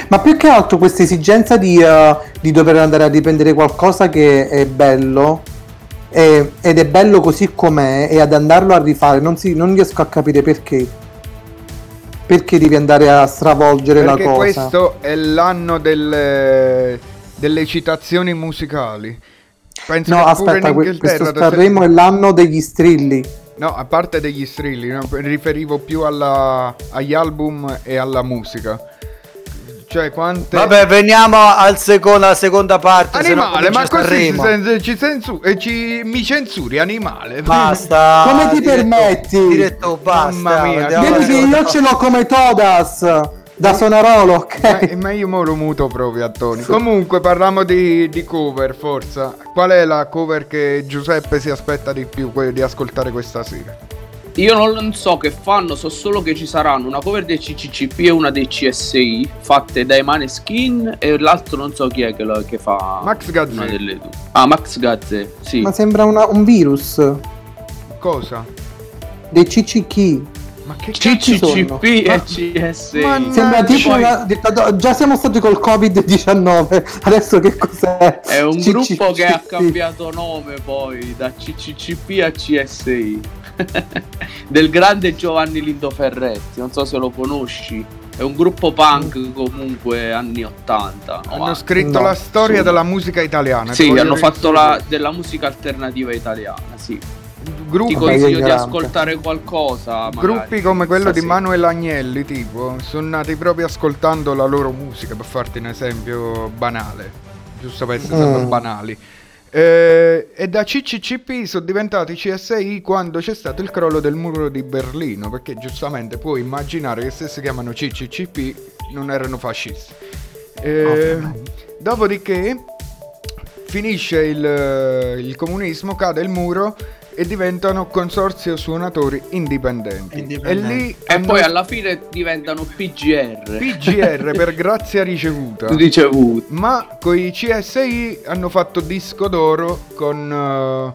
Ma più che altro questa esigenza di dover andare a riprendere qualcosa che è bello ed è bello così com'è, e ad andarlo a rifare non riesco a capire perché devi andare a stravolgere
Perché
la cosa.
questo è l'anno delle citazioni musicali. Penso
No,
che pure
aspetta,
in
questo
Inghilterra
Sanremo è l'anno degli strilli.
No, a parte degli strilli, no, riferivo più agli album e alla musica. Cioè, quante...
Vabbè, veniamo alla seconda parte.
Animale, ma così mi censuri, animale.
Basta.
Come ti permetti?
Diretto, basta.
Mamma mia,
Vedi che io ce l'ho come Todas da Sonarolo, ok?
Ma io mo lo muto proprio a Tony. Comunque parliamo di cover, forza. Qual è la cover che Giuseppe si aspetta di più di ascoltare questa sera?
Io non so che fanno, so solo che ci saranno una cover dei CCCP e una dei CSI fatte dai Maneskin, e l'altro non so chi è che fa
Max Gazzè.
una delle due. Ah, Max Gazzè, sì.
Ma sembra un virus
Cosa?
dei CCK.
Ma che
CCCP e
Ma-
CSI.
Sembra tipo
Poi
già siamo stati col Covid-19, adesso che cos'è?
è un
CCCP.
gruppo che ha cambiato nome poi da CCCP a CSI del grande Giovanni Lindo Ferretti, non so se lo conosci. È un gruppo punk comunque anni 80.
Hanno scritto
No,
la storia
sì.
della musica italiana.
Sì,
Ti voglio
hanno fatto
rispondere.
della musica alternativa italiana, sì. Ti
Gruppi,
consiglio di
ignorante.
ascoltare qualcosa. Magari,
gruppi come quello di
stasera.
Manuel Agnelli, tipo, sono nati proprio ascoltando la loro musica, per farti un esempio banale, giusto per essere sempre banali. E da CCCP sono diventati CSI quando c'è stato il crollo del muro di Berlino, perché giustamente puoi immaginare che se si chiamano CCCP non erano fascisti. Dopodiché finisce il comunismo, cade il muro e diventano consorzio suonatori indipendenti. E lì
E poi alla fine diventano PGR.
PGR per grazia ricevuta.
Ricevuto.
Ma con i CSI hanno fatto disco d'oro con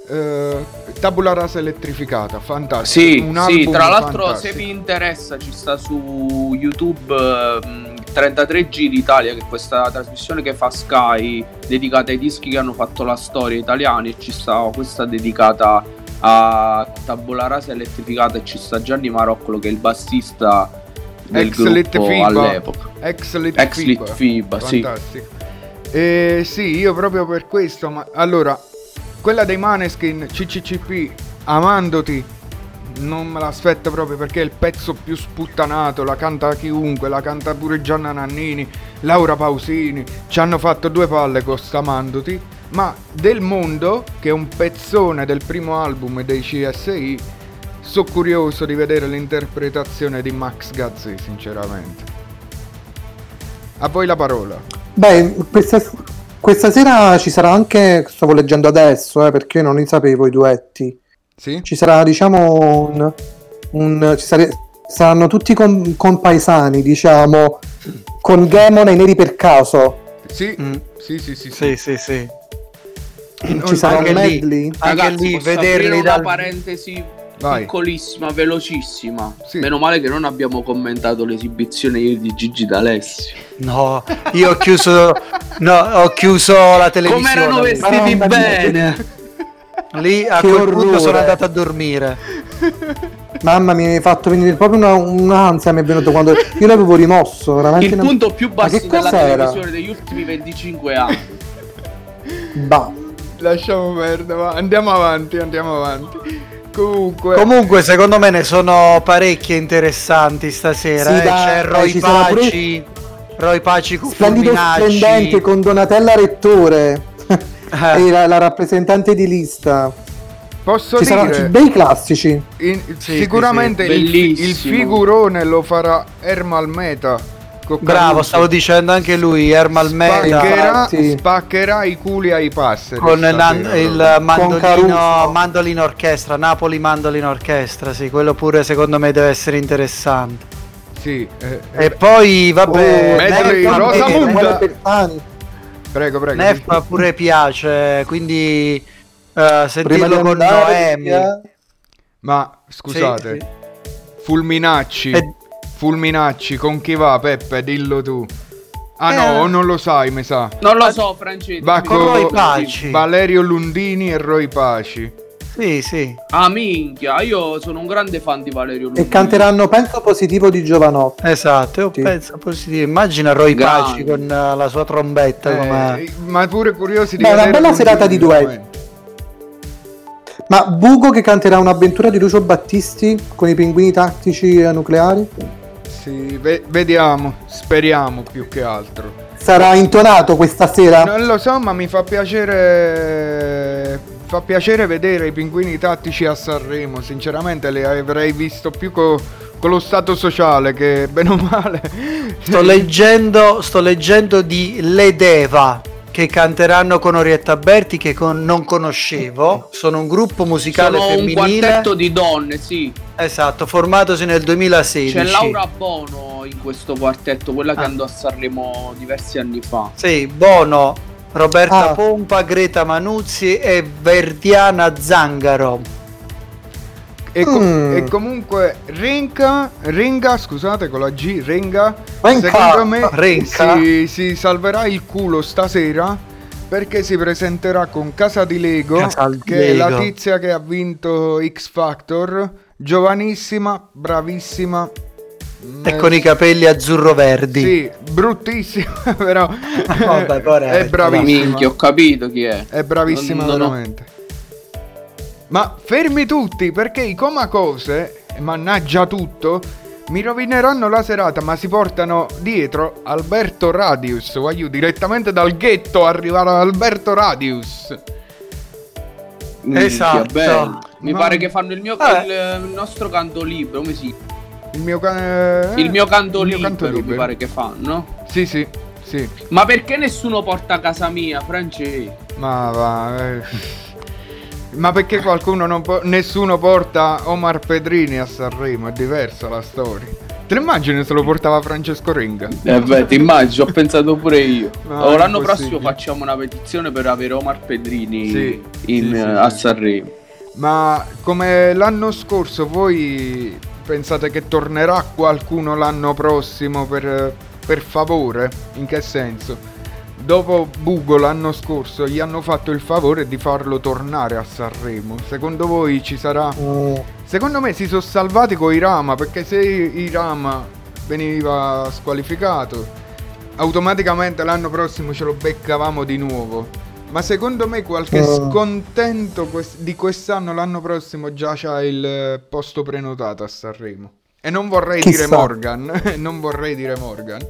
Tabula Rasa elettrificata. Fantastico.
Sì,
Un
sì,
album
tra l'altro
fantastico.
se vi interessa ci sta su YouTube 33 Giri Italia, che è questa trasmissione che fa Sky dedicata ai dischi che hanno fatto la storia italiani, e ci sta questa dedicata a Tabula Rasa elettrificata, e ci sta Gianni Maroccolo che è il bassista del
Ex Lit
gruppo
FIBA.
all'epoca.
Ex Lit
Ex
FIBA.
Lit FIBA, sì.
Fantastico. Sì, io proprio per questo. Ma allora, quella dei Maneskin, CCCP, Amandoti, non me l'aspetto proprio, perché è il pezzo più sputtanato. La canta chiunque, la canta pure Gianna Nannini, Laura Pausini. Ci hanno fatto due palle con sta Amandoti. Ma Del Mondo, che è un pezzone del primo album dei CSI, sono curioso di vedere l'interpretazione di Max Gazzè, sinceramente. A voi la parola.
Beh, questa sera ci sarà anche, stavo leggendo adesso, perché io non li sapevo i duetti.
Sì?
Ci sarà, diciamo, saranno tutti compaesani, diciamo, con Gemon e i Neri per caso.
Sì, sì.
Sì.
Ci sarà
anche
un
lì.
medley.
Anche
Ragazzi,
lì,
posso
vederli
aprire una
dal...
parentesi
Vai.
piccolissima, velocissima.
Sì.
Meno male che non abbiamo commentato l'esibizione ieri di Gigi D'Alessio.
No, io ho chiuso la televisione.
Come erano vestiti
Mamma mia.
bene.
Lì a
Che
quel punto
orrore.
sono andato a dormire.
Mamma mia, mi hai fatto venire proprio un'ansia, mi è venuto quando io l'avevo rimosso, veramente.
Il punto più
Ma
basso
che
della
cos'era?
televisione degli ultimi 25 anni.
Bah.
Lasciamo perdere, va. Andiamo avanti.
Comunque, secondo me ne sono parecchie interessanti stasera.
Sì, dai,
C'è Roy
ci sarà pure-
Paci. Roy Paci con
Splendido
Fulminacci.
splendente con Donatella Rettore e la rappresentante di lista.
Posso
Ci saranno
dire,
bei classici.
sicuramente
sì,
il
bellissimo.
figurone lo farà Ermal Meta. con
Bravo,
Caruso.
stavo dicendo anche lui, Ermal Meta.
Spaccherà,
Sì.
spaccherà i culi ai passeri
Con
stasera,
il
Caruso.
mandolino orchestra, Napoli mandolino orchestra, sì, quello pure secondo me deve essere interessante.
sì,
E poi vabbè,
Medley,
Neffa,
Rosamunda.
Bersani.
prego
Neffa pure piace, quindi
Prima
sentirlo
di
con
andare,
Noemi.
ma scusate,
Sì.
Fulminacci
E-
Fulminacci con chi va, Peppe, dillo tu. no, non lo sai, mi sa.
Non lo so, Francesco.
Va
con Roy Paci.
Valerio Lundini e Roy Paci.
Sì.
Ah, minchia, io sono un grande fan di Valerio Lundini.
E canteranno Penso Positivo di Giovanotti.
Esatto, io
Sì.
penso positivo. Immagina Roy
Grande.
Paci con la sua trombetta come...
Ma pure curiosi di
Beh, una
vedere
bella serata di
Lundini,
duetti. Ma Bugo che canterà un'avventura di Lucio Battisti con i pinguini tattici nucleari?
Sì, vediamo, speriamo più che altro.
Sarà intonato questa sera?
Non lo so, ma mi fa piacere. Fa piacere vedere i pinguini tattici a Sanremo. Sinceramente, li avrei visto più con lo stato sociale che bene o male.
Sto leggendo di Ledeva che canteranno con Orietta Berti che non conoscevo. Sono un gruppo musicale
Sono un
femminile.
quartetto di donne, sì.
Esatto, formatosi nel 2016.
C'è Laura Bono in questo quartetto, quella che
Ah.
andò a Sanremo diversi anni fa.
Sì, Bono, Roberta
Ah.
Pompa, Greta Manuzzi e Verdiana Zangaro.
E comunque Renga, scusate, con la G, Renga,
Renga.
secondo me
Renga.
si salverà il culo stasera perché si presenterà con Casa di Lego,
Casa di
che è la
Lego.
tizia che ha vinto X Factor, giovanissima, bravissima.
E con i capelli azzurro-verdi.
Sì, bruttissima, però
Vabbè, poveretta,
è bravissima.
Minchia, ho capito chi è.
È bravissima
Non ho-
veramente. Ma fermi tutti, perché i Comacose, mannaggia tutto, mi rovineranno la serata, ma si portano dietro Alberto Radius. Voglio direttamente dal ghetto arrivare ad Alberto Radius.
Minchia,
Esatto.
bello. Mi
Ma-
pare che fanno il nostro canto libero, come si
Il mio,
il mio canto
il mio
libero,
canto
mi
libero.
pare che fanno.
Sì, sì, sì.
Ma perché nessuno porta a casa mia, Francesco?
Ma va. Ma perché qualcuno nessuno porta Omar Pedrini a Sanremo? È diversa la storia. Te lo immagini se lo portava Francesco Renga?
Beh, ti immagino, ho pensato pure io.
No,
L'anno
è
prossimo
impossibile.
facciamo una petizione per avere Omar Pedrini
Sì, sì,
a
sì.
Sanremo.
Ma come l'anno scorso, voi pensate che tornerà qualcuno l'anno prossimo per favore? In che senso? Dopo Bugo l'anno scorso gli hanno fatto il favore di farlo tornare a Sanremo. Secondo voi ci sarà? Secondo me si sono salvati con Irama, perché se Irama veniva squalificato, automaticamente l'anno prossimo ce lo beccavamo di nuovo. Ma secondo me qualche scontento di quest'anno, l'anno prossimo già c'ha il posto prenotato a Sanremo. E non vorrei dire
Chissà.
Morgan. Non vorrei dire Morgan.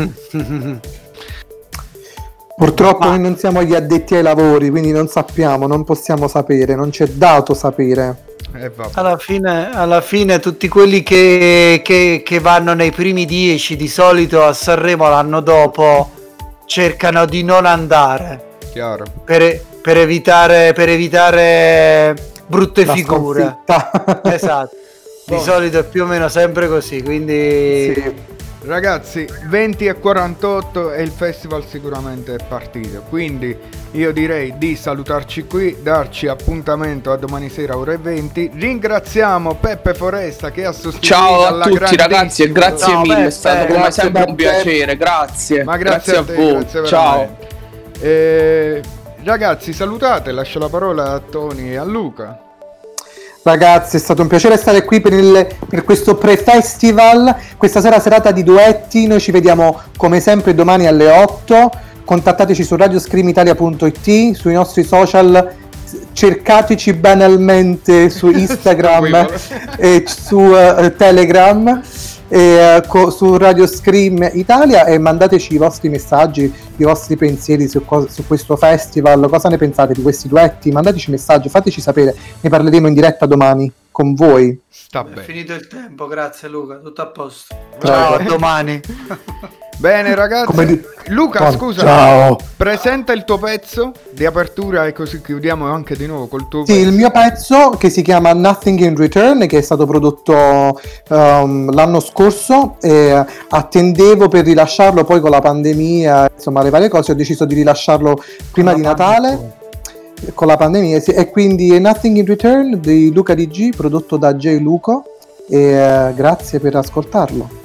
Purtroppo noi non siamo gli addetti ai lavori, quindi non sappiamo, non possiamo sapere, non ci è dato sapere.
Vabbè.
Alla fine tutti quelli che vanno nei primi 10 di solito a Sanremo l'anno dopo cercano di non andare
Chiaro.
per evitare brutte
La
figure.
sconfitta.
Esatto. Di solito è più o meno sempre così, quindi
Sì.
Ragazzi, 20:48 e il festival sicuramente è partito. Quindi io direi di salutarci qui, darci appuntamento a domani sera ore 20. Ringraziamo Peppe Foresta che ha sostituito
Ciao a
alla
tutti
grandissima-
ragazzi e grazie
Ciao,
mille,
Peppe,
è stato come
grazie,
sempre un
Peppe.
piacere, grazie.
Ma grazie a te,
voi.
grazie
Ciao.
veramente. Ragazzi, salutate, lascio la parola a Tony e a Luca.
Ragazzi, è stato un piacere stare qui per questo pre-festival. Questa sera serata di duetti. Noi ci vediamo come sempre domani alle 8. Contattateci su radioscreamitalia.it, sui nostri social. Cercateci banalmente su Instagram e su Telegram e su Radio Scream Italia e mandateci i vostri messaggi, i vostri pensieri su questo festival. Cosa ne pensate di questi duetti? Mandateci messaggi, fateci sapere, ne parleremo in diretta domani con voi.
Sta
è
bene.
finito il tempo, grazie Luca, tutto a posto.
Prego.
Ciao, a domani.
Bene ragazzi,
Come di-
Luca
Oh,
scusa,
ciao.
presenta il tuo pezzo di apertura e così chiudiamo anche di nuovo col tuo
Sì,
pezzo.
il mio pezzo che si chiama Nothing in Return, che è stato prodotto l'anno scorso, e attendevo per rilasciarlo poi con la pandemia, insomma le varie cose, ho deciso di rilasciarlo prima di Natale con la pandemia, sì, e quindi è Nothing in Return di Luca DG, prodotto da J. Luco, e grazie per ascoltarlo.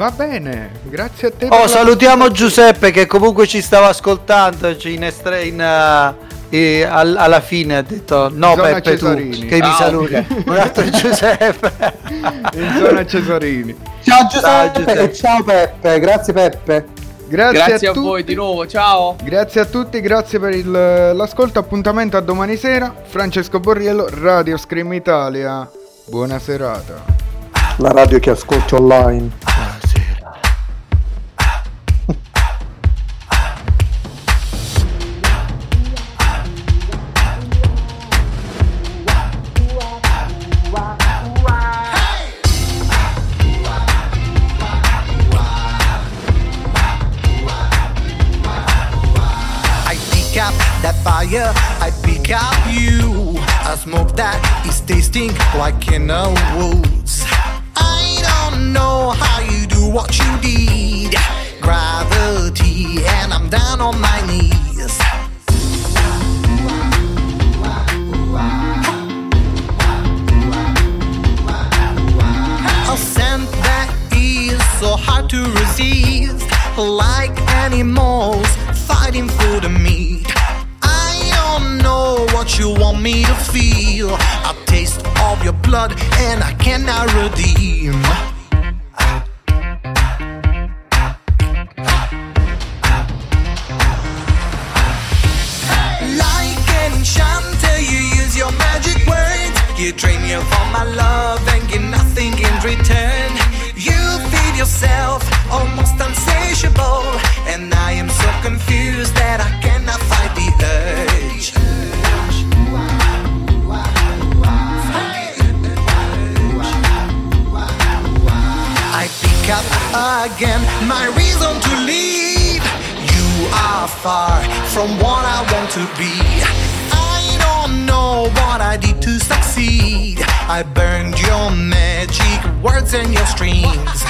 Va bene, grazie a te.
Oh, salutiamo Giuseppe che comunque ci stava ascoltando alla fine ha detto no
Zona
Peppe
Cesarini.
tu che mi saluti. Un altro Giuseppe
in zona Cesarini.
Ciao Giuseppe e ciao Peppe, grazie Peppe.
Grazie a voi di nuovo, ciao.
Grazie a tutti, grazie per l'ascolto, appuntamento a domani sera. Francesco Borriello, Radio Scream Italia. Buona serata.
La radio che ascolti online.
That fire, I pick up you. A smoke that is tasting like in the woods. I don't know how you do what you did. Gravity, and I'm down on my knees. A scent that is so hard to resist, like animals fighting for the meat. I don't know what you want me to feel. A taste of your blood and I cannot redeem. Like an enchanter, you use your magic words. You drain me of all my love and get nothing in return. You feed yourself, almost unsatiable, and I am so confused that I cannot fight the urge. I pick up again my reason to leave. You are far from what I want to be. I don't know what I did to succeed. I burned your magic words and your strings.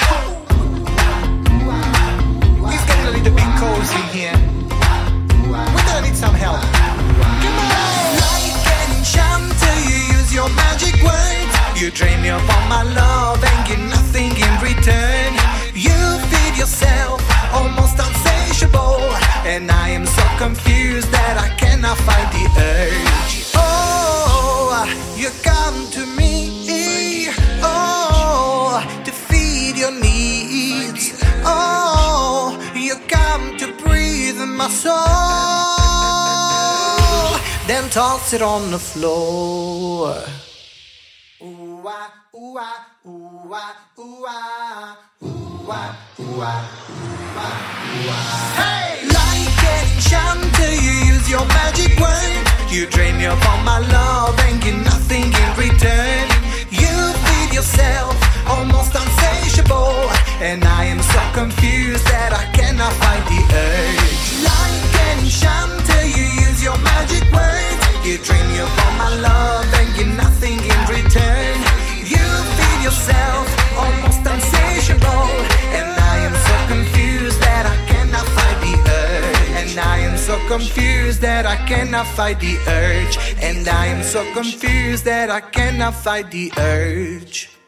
It's getting a little bit cozy here. We're gonna need some help. Come on! Like an enchanter, you use your magic words. You drain me of all my love and get nothing in return. You feed yourself, almost unsatiable, and I am so confused that I cannot fight the urge. Oh, you come to me, oh, to feed your needs. Oh, you come to breathe in my soul, then toss it on the floor. Ooh ah, ooh ah, ooh ah, ooh ah, ooh ah, ooh ah, ooh ah, ooh ah. Hey! Like an enchanter, you use your magic word. You drain me of all my love and get nothing in return. You feed yourself, almost unsatiable, and I am so confused that I cannot fight the urge. Like an enchanter, you use your magic word. You drain me of all my love and get nothing in return. You feed yourself, almost unsatiable, and I am so confused that I cannot fight the urge. And I am so confused that I cannot fight the urge. And I am so confused that I cannot fight the urge.